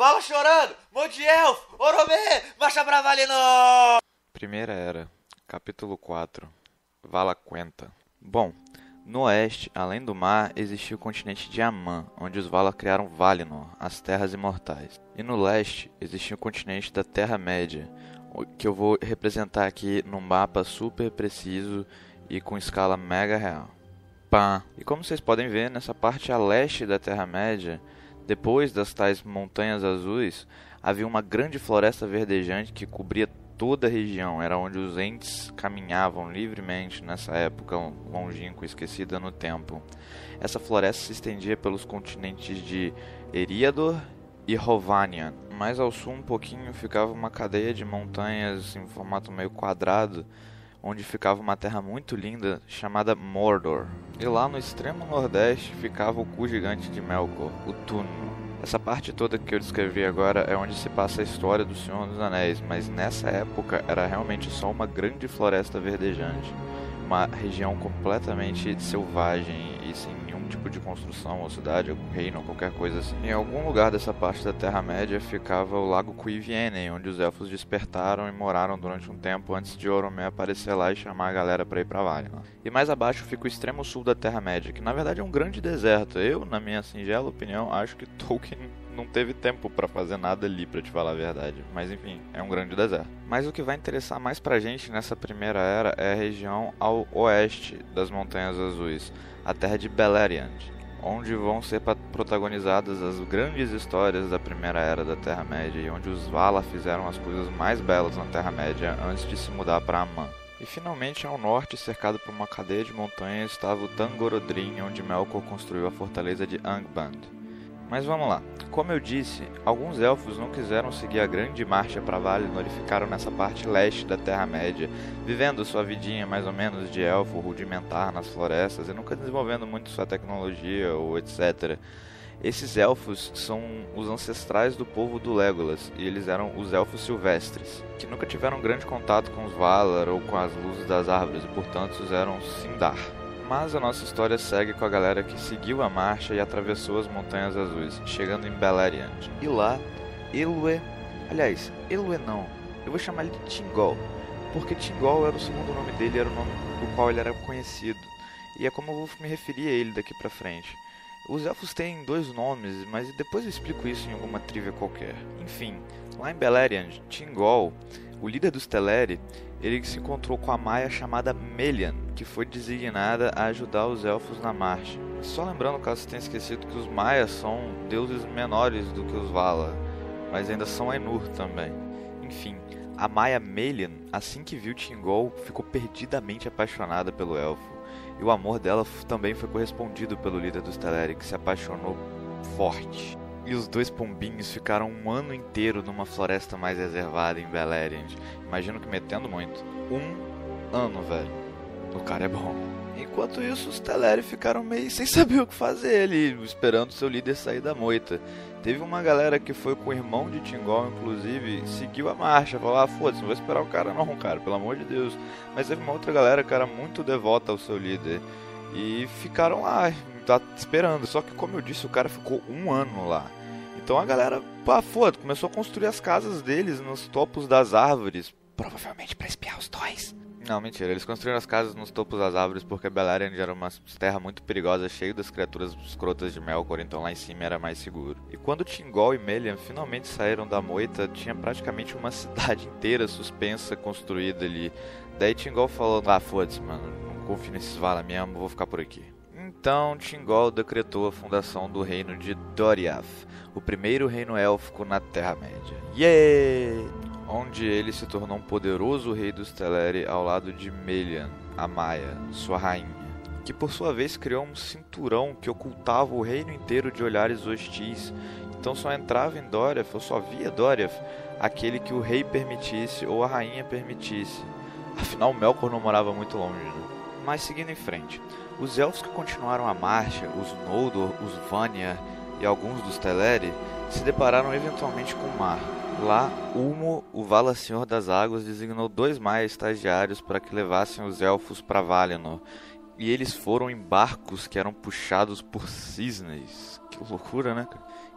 Vala chorando! Monte de Elfo! Oromê! Marcha pra Valinor! Primeira Era, capítulo 4. Vala Quenta. Bom, no oeste, além do mar, existia o continente de Aman, onde os Valar criaram Valinor, as Terras Imortais. E no leste, existia o continente da Terra-média, que eu vou representar aqui num mapa super preciso e com escala mega real. Pá! E como vocês podem ver, nessa parte a leste da Terra-média, depois das tais montanhas azuis, havia uma grande floresta verdejante que cobria toda a região. Era onde os Ents caminhavam livremente nessa época longínqua, esquecida no tempo. Essa floresta se estendia pelos continentes de Eriador e Hovanian. Mais ao sul um pouquinho ficava uma cadeia de montanhas em formato meio quadrado, onde ficava uma terra muito linda chamada Mordor. E lá no extremo nordeste ficava o cu gigante de Melkor, o Túnmur. Essa parte toda que eu descrevi agora é onde se passa a história do Senhor dos Anéis, mas nessa época era realmente só uma grande floresta verdejante. Uma região completamente selvagem e sem nenhum tipo de construção ou cidade ou reino ou qualquer coisa assim. Em algum lugar dessa parte da Terra-média ficava o Lago Cuivienen, onde os elfos despertaram e moraram durante um tempo antes de Oromê aparecer lá e chamar a galera para ir para Valinor. E mais abaixo fica o extremo sul da Terra-média, que na verdade é um grande deserto. Eu, na minha singela opinião, acho que Tolkien não teve tempo para fazer nada ali, para te falar a verdade. Mas enfim, é um grande deserto. Mas o que vai interessar mais pra gente nessa primeira era é a região ao oeste das Montanhas Azuis, a terra de Beleriand, onde vão ser protagonizadas as grandes histórias da primeira era da Terra-média e onde os Valar fizeram as coisas mais belas na Terra-média antes de se mudar para Aman. E finalmente ao norte, cercado por uma cadeia de montanhas, estava o Tangorodrim, onde Melkor construiu a fortaleza de Angband. Mas vamos lá. Como eu disse, alguns elfos não quiseram seguir a grande marcha para Valinor e ficaram nessa parte leste da Terra-média, vivendo sua vidinha mais ou menos de elfo rudimentar nas florestas e nunca desenvolvendo muito sua tecnologia ou etc. Esses elfos são os ancestrais do povo do Legolas, e eles eram os elfos silvestres, que nunca tiveram grande contato com os Valar ou com as luzes das árvores e portanto eram Sindar. Mas a nossa história segue com a galera que seguiu a marcha e atravessou as Montanhas Azuis, chegando em Beleriand. E lá, Elwë não, eu vou chamar ele de Thingol, porque Thingol era o segundo nome dele, era o nome do qual ele era conhecido, e é como eu vou me referir a ele daqui pra frente. Os elfos têm dois nomes, mas depois eu explico isso em alguma trivia qualquer. Enfim, lá em Beleriand, Thingol, o líder dos Teleri, ele se encontrou com a Maia chamada Melian, que foi designada a ajudar os elfos na marcha. Só lembrando, caso você tenha esquecido, que os Maias são deuses menores do que os Valar, mas ainda são Ainur também. Enfim, a Maia Melian, assim que viu Thingol, ficou perdidamente apaixonada pelo elfo. E o amor dela também foi correspondido pelo líder dos Teleri, que se apaixonou forte. E os dois pombinhos ficaram um ano inteiro numa floresta mais reservada em Beleriand. Imagino que metendo muito. Um ano, velho. O cara é bom. Enquanto isso, os Teleri ficaram meio sem saber o que fazer ali, esperando seu líder sair da moita. Teve uma galera que foi com o irmão de Thingol, inclusive, seguiu a marcha. Falou, foda-se, não vou esperar o cara não, cara, pelo amor de Deus. Mas teve uma outra galera que era muito devota ao seu líder. E ficaram lá, esperando. Só que, como eu disse, o cara ficou um ano lá. Então a galera, começou a construir as casas deles nos topos das árvores. Provavelmente pra espiar os dois. Não, mentira, eles construíram as casas nos topos das árvores porque Beleriand era uma terra muito perigosa, cheia das criaturas escrotas de Melkor, então lá em cima era mais seguro. E quando Thingol e Melian finalmente saíram da moita, tinha praticamente uma cidade inteira suspensa, construída ali. Daí Thingol falou, foda-se, mano, não confio nesses Valar mesmo, vou ficar por aqui. Então Thingol decretou a fundação do reino de Doriath, o primeiro reino élfico na Terra-média. Yeah! Onde ele se tornou um poderoso rei dos Teleri ao lado de Melian, a Maia, sua rainha, que por sua vez criou um cinturão que ocultava o reino inteiro de olhares hostis. Então só entrava em Doriath, ou só via Doriath, aquele que o rei permitisse ou a rainha permitisse. Afinal, Melkor não morava muito longe, né? Mas seguindo em frente, os elfos que continuaram a marcha, os Noldor, os Vanyar e alguns dos Teleri, se depararam eventualmente com o mar. Lá, Ulmo, o Vala Senhor das Águas, designou 2 Maias estagiários para que levassem os elfos para Valinor. E eles foram em barcos que eram puxados por cisnes. Que loucura, né?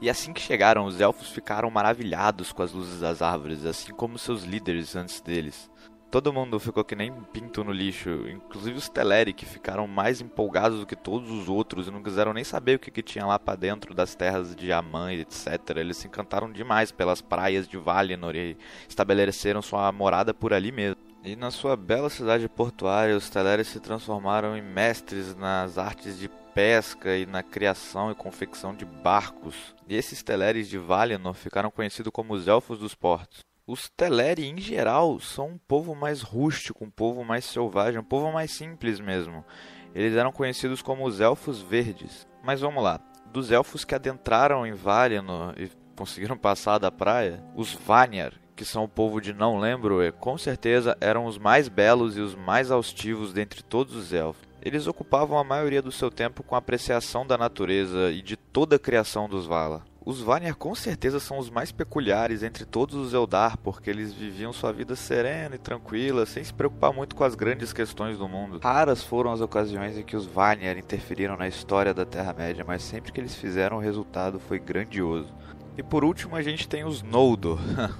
E assim que chegaram, os elfos ficaram maravilhados com as luzes das árvores, assim como seus líderes antes deles. Todo mundo ficou que nem pinto no lixo, inclusive os Teleri, que ficaram mais empolgados do que todos os outros e não quiseram nem saber o que tinha lá pra dentro das terras de Aman, etc. Eles se encantaram demais pelas praias de Valinor e estabeleceram sua morada por ali mesmo. E na sua bela cidade portuária, os Teleri se transformaram em mestres nas artes de pesca e na criação e confecção de barcos. E esses Teleres de Valinor ficaram conhecidos como os Elfos dos Portos. Os Teleri, em geral, são um povo mais rústico, um povo mais selvagem, um povo mais simples mesmo. Eles eram conhecidos como os Elfos Verdes. Mas vamos lá, dos elfos que adentraram em Valinor e conseguiram passar da praia, os Vanyar, que são o povo de Não Lembro, com certeza eram os mais belos e os mais austivos dentre todos os elfos. Eles ocupavam a maioria do seu tempo com a apreciação da natureza e de toda a criação dos Valar. Os Vanyar com certeza são os mais peculiares entre todos os Eldar, porque eles viviam sua vida serena e tranquila, sem se preocupar muito com as grandes questões do mundo. Raras foram as ocasiões em que os Vanyar interferiram na história da Terra-média, mas sempre que eles fizeram o resultado foi grandioso. E por último a gente tem os Noldor.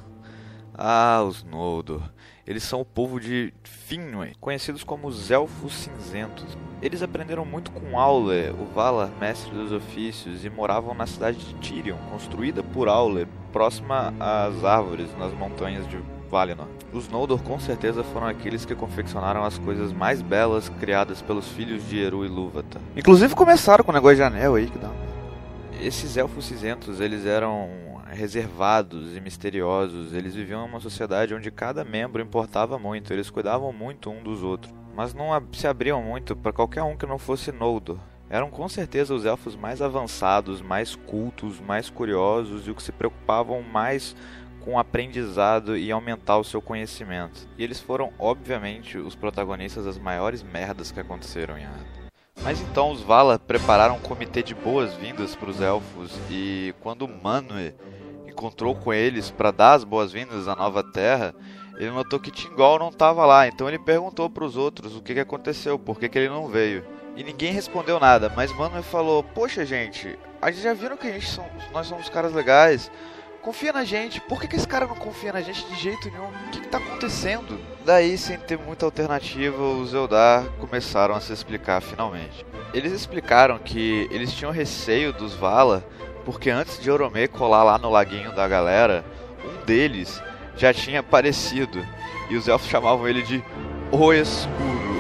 Os Noldor. Eles são o povo de Finwë, conhecidos como os Elfos Cinzentos. Eles aprenderam muito com Aule, o Valar, mestre dos ofícios, e moravam na cidade de Tirion, construída por Aule, próxima às árvores, nas montanhas de Valinor. Os Noldor com certeza foram aqueles que confeccionaram as coisas mais belas criadas pelos filhos de Eru e Ilúvatar. Inclusive começaram com o negócio de anel aí, que dá. Esses Elfos Cinzentos, eles eram reservados e misteriosos. Eles viviam em uma sociedade onde cada membro importava muito, eles cuidavam muito um dos outros, mas não se abriam muito para qualquer um que não fosse Noldor. Eram com certeza os elfos mais avançados, mais cultos, mais curiosos e os que se preocupavam mais com o aprendizado e aumentar o seu conhecimento. E eles foram, obviamente, os protagonistas das maiores merdas que aconteceram em Arda. Mas então os Valar prepararam um comitê de boas-vindas para os elfos, e quando Manwë encontrou com eles para dar as boas-vindas à nova terra, ele notou que Thingol não estava lá, então ele perguntou para os outros o que aconteceu, por que ele não veio. E ninguém respondeu nada, mas Manwë falou: poxa gente, a gente já viram que nós somos caras legais, confia na gente, por que esse cara não confia na gente de jeito nenhum? O que está acontecendo? Daí, sem ter muita alternativa, os Eldar começaram a se explicar finalmente. Eles explicaram que eles tinham receio dos Valar, porque antes de Oromê colar lá no laguinho da galera, um deles já tinha aparecido, e os elfos chamavam ele de O Escuro.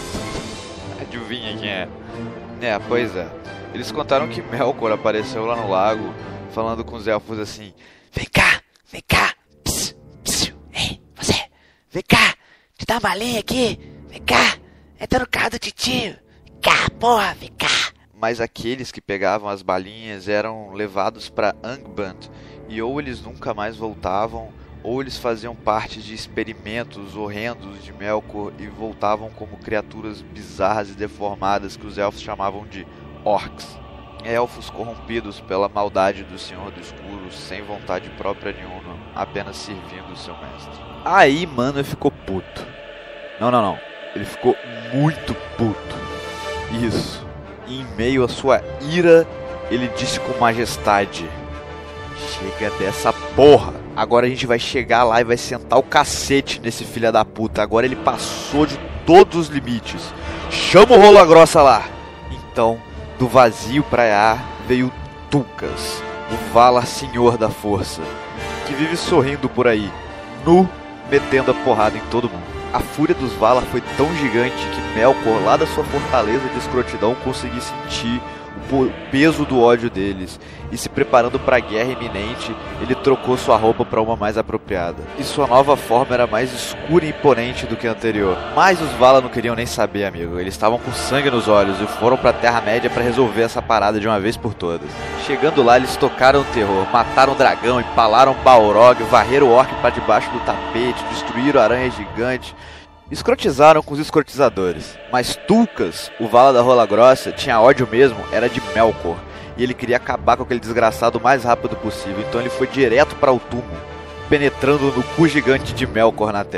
Adivinha quem é? Pois é. Eles contaram que Melkor apareceu lá no lago, falando com os elfos assim: vem cá, psiu, psiu, ei, você, vem cá, te dá uma balinha aqui, vem cá, entra no carro do titio, vem cá, porra, vem cá. Mas aqueles que pegavam as balinhas eram levados para Angband, e ou eles nunca mais voltavam, ou eles faziam parte de experimentos horrendos de Melkor e voltavam como criaturas bizarras e deformadas que os elfos chamavam de orcs. Elfos corrompidos pela maldade do Senhor do Escuro, sem vontade própria nenhuma, apenas servindo o seu mestre. Aí Manwë ficou puto. Não. Ele ficou muito puto. Isso. E em meio à sua ira, ele disse com majestade: chega dessa porra. Agora a gente vai chegar lá e vai sentar o cacete nesse filho da puta. Agora ele passou de todos os limites. Chama o Rola Grossa lá. Então, do vazio praiar veio Tulkas, o Valar Senhor da Força, que vive sorrindo por aí, nu, metendo a porrada em todo mundo. A fúria dos Valar foi tão gigante que Melkor, lá da sua fortaleza de escrotidão, conseguia sentir o peso do ódio deles, e se preparando para a guerra iminente, ele trocou sua roupa para uma mais apropriada. E sua nova forma era mais escura e imponente do que a anterior. Mas os Valar não queriam nem saber, amigo. Eles estavam com sangue nos olhos e foram para a Terra-média para resolver essa parada de uma vez por todas. Chegando lá, eles tocaram o terror, mataram o dragão, empalaram Balrog, varreram o orc para debaixo do tapete, destruíram a aranha gigante, escrotizaram com os escrotizadores. Mas Tulkas, o Valar da Rola Grossa, tinha ódio mesmo, era de Melkor. E ele queria acabar com aquele desgraçado o mais rápido possível. Então ele foi direto para o túmulo, penetrando no cu gigante de Melkor na terra.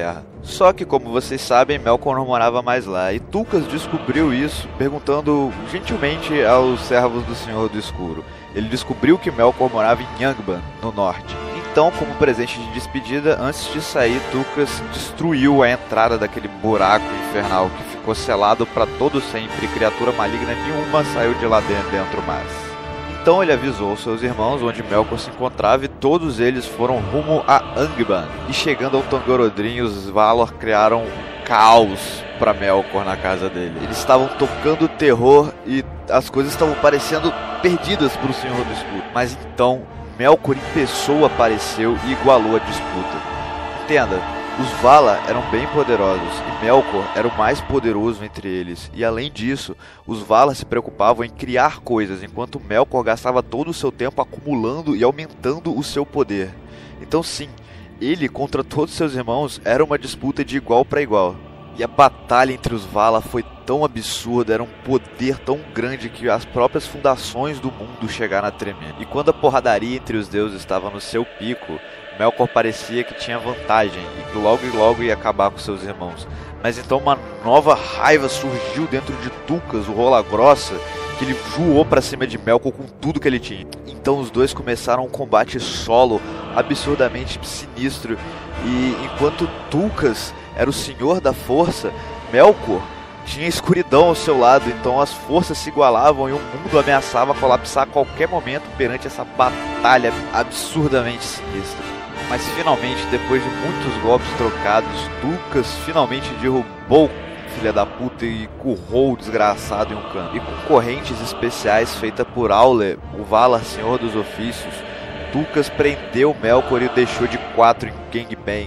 Só que, como vocês sabem, Melkor não morava mais lá, e Tulkas descobriu isso perguntando gentilmente aos servos do Senhor do Escuro. Ele descobriu que Melkor morava em Angband, no norte. Então, como presente de despedida, antes de sair, Tulkas destruiu a entrada daquele buraco infernal que ficou selado para todo sempre, e criatura maligna nenhuma saiu de lá dentro mais. Então ele avisou seus irmãos onde Melkor se encontrava e todos eles foram rumo a Angband. E chegando ao Tangorodrim, os Valar criaram caos para Melkor na casa dele. Eles estavam tocando terror e as coisas estavam parecendo perdidas para o Senhor do Escuro. Mas então Melkor em pessoa apareceu e igualou a disputa. Entenda, os Valar eram bem poderosos e Melkor era o mais poderoso entre eles. E além disso, os Valar se preocupavam em criar coisas, enquanto Melkor gastava todo o seu tempo acumulando e aumentando o seu poder. Então sim, ele contra todos seus irmãos era uma disputa de igual para igual. E a batalha entre os Valar foi tão absurda, era um poder tão grande que as próprias fundações do mundo chegaram a tremer. E quando a porradaria entre os deuses estava no seu pico, Melkor parecia que tinha vantagem e que logo ia acabar com seus irmãos. Mas então uma nova raiva surgiu dentro de Tulkas, o Rola Grossa, que ele voou pra cima de Melkor com tudo que ele tinha. Então os dois começaram um combate solo absurdamente sinistro. E enquanto Tulkas era o senhor da força, Melkor tinha escuridão ao seu lado. Então as forças se igualavam e o mundo ameaçava colapsar a qualquer momento perante essa batalha absurdamente sinistra. Mas finalmente, depois de muitos golpes trocados, Tulkas finalmente derrubou filha da puta e currou o desgraçado em um canto. E com correntes especiais feitas por Aule, o Valar Senhor dos Ofícios, Tulkas prendeu Melkor e o deixou de 4 em Gangbang,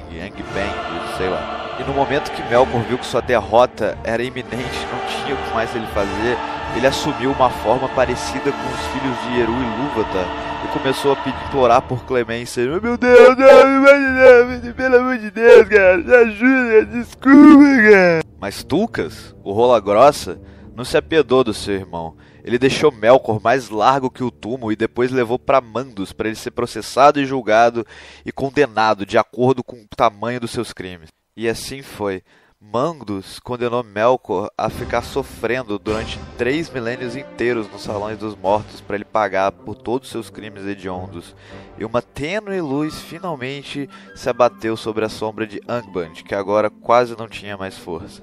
sei lá. E no momento que Melkor viu que sua derrota era iminente, não tinha o que mais ele fazer, ele assumiu uma forma parecida com os filhos de Eru e Ilúvatar e começou a implorar por clemência. Meu Deus, pelo amor de Deus, cara, me ajuda, desculpa, cara. Mas Tulkas, o Rola Grossa, não se apiedou do seu irmão. Ele deixou Melkor mais largo que o túmulo e depois levou para Mandos para ele ser processado e julgado e condenado de acordo com o tamanho dos seus crimes. E assim foi. Mandos condenou Melkor a ficar sofrendo durante 3 milênios inteiros nos salões dos mortos para ele pagar por todos os seus crimes hediondos. E uma tênue luz finalmente se abateu sobre a sombra de Angband, que agora quase não tinha mais força.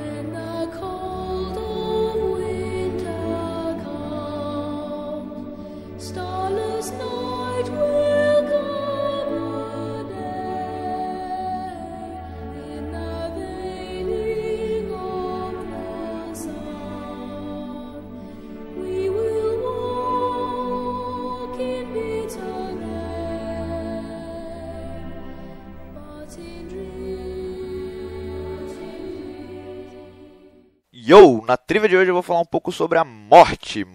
Yo! Na trivia de hoje eu vou falar um pouco sobre a morte.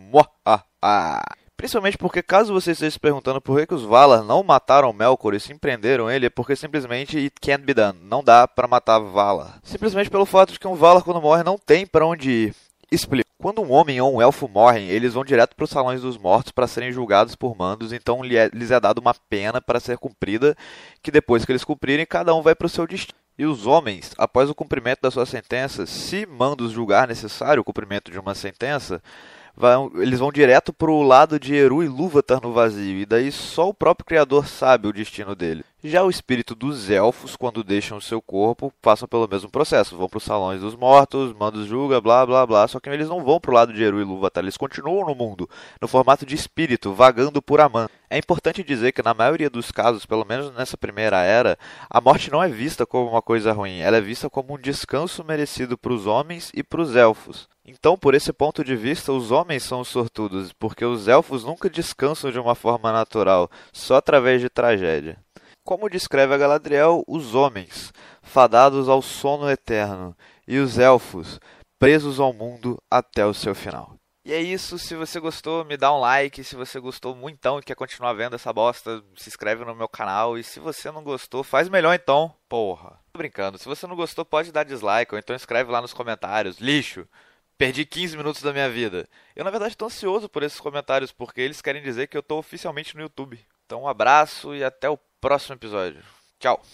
Principalmente porque, caso você esteja se perguntando por que os Valar não mataram Melkor e se prenderam ele, é porque simplesmente it can't be done. Não dá pra matar Valar. Simplesmente pelo fato de que um Valar, quando morre, não tem pra onde ir. Explico. Quando um homem ou um elfo morrem, eles vão direto para os salões dos mortos para serem julgados por Mandos, então lhes é dada uma pena para ser cumprida, que depois que eles cumprirem, cada um vai para o seu destino. E os homens, após o cumprimento da sua sentença, se Mandos julgar necessário o cumprimento de uma sentença, eles vão direto para o lado de Eru e Ilúvatar no vazio, e daí só o próprio Criador sabe o destino dele. Já o espírito dos elfos, quando deixam o seu corpo, passam pelo mesmo processo. Vão para os salões dos mortos, Mandos julga, blá blá blá. Só que eles não vão para o lado de Eru e Ilúvatar, eles continuam no mundo, no formato de espírito, vagando por Aman. É importante dizer que na maioria dos casos, pelo menos nessa primeira era, a morte não é vista como uma coisa ruim. Ela é vista como um descanso merecido para os homens e para os elfos. Então, por esse ponto de vista, os homens são os sortudos, porque os elfos nunca descansam de uma forma natural, só através de tragédia. Como descreve a Galadriel, os homens, fadados ao sono eterno, e os elfos, presos ao mundo até o seu final. E é isso, se você gostou, me dá um like, se você gostou muitão e quer continuar vendo essa bosta, se inscreve no meu canal, e se você não gostou, faz melhor então, porra. Tô brincando, se você não gostou pode dar dislike, ou então escreve lá nos comentários, lixo, perdi 15 minutos da minha vida. Eu na verdade tô ansioso por esses comentários, porque eles querem dizer que eu tô oficialmente no YouTube. Então um abraço e até o próximo episódio. Tchau!